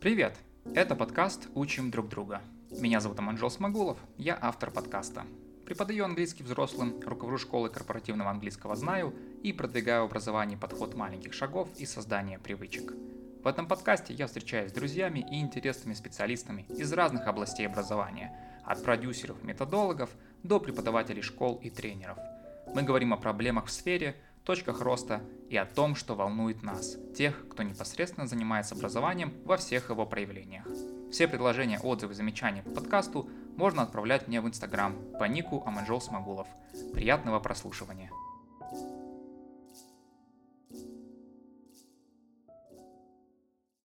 Привет! Это подкаст «Учим друг друга». Меня зовут Аманжол Смагулов, я автор подкаста. Преподаю английский взрослым, руковожу школой корпоративного английского «Знаю» и продвигаю в образовании подход маленьких шагов и создание привычек. В этом подкасте я встречаюсь с друзьями и интересными специалистами из разных областей образования, от продюсеров и методологов до преподавателей школ и тренеров. Мы говорим о проблемах в сфере, точках роста и о том, что волнует нас, тех, кто непосредственно занимается образованием во всех его проявлениях. Все предложения, отзывы, замечания по подкасту можно отправлять мне в Instagram по нику Аманжол Смагулов. Приятного прослушивания!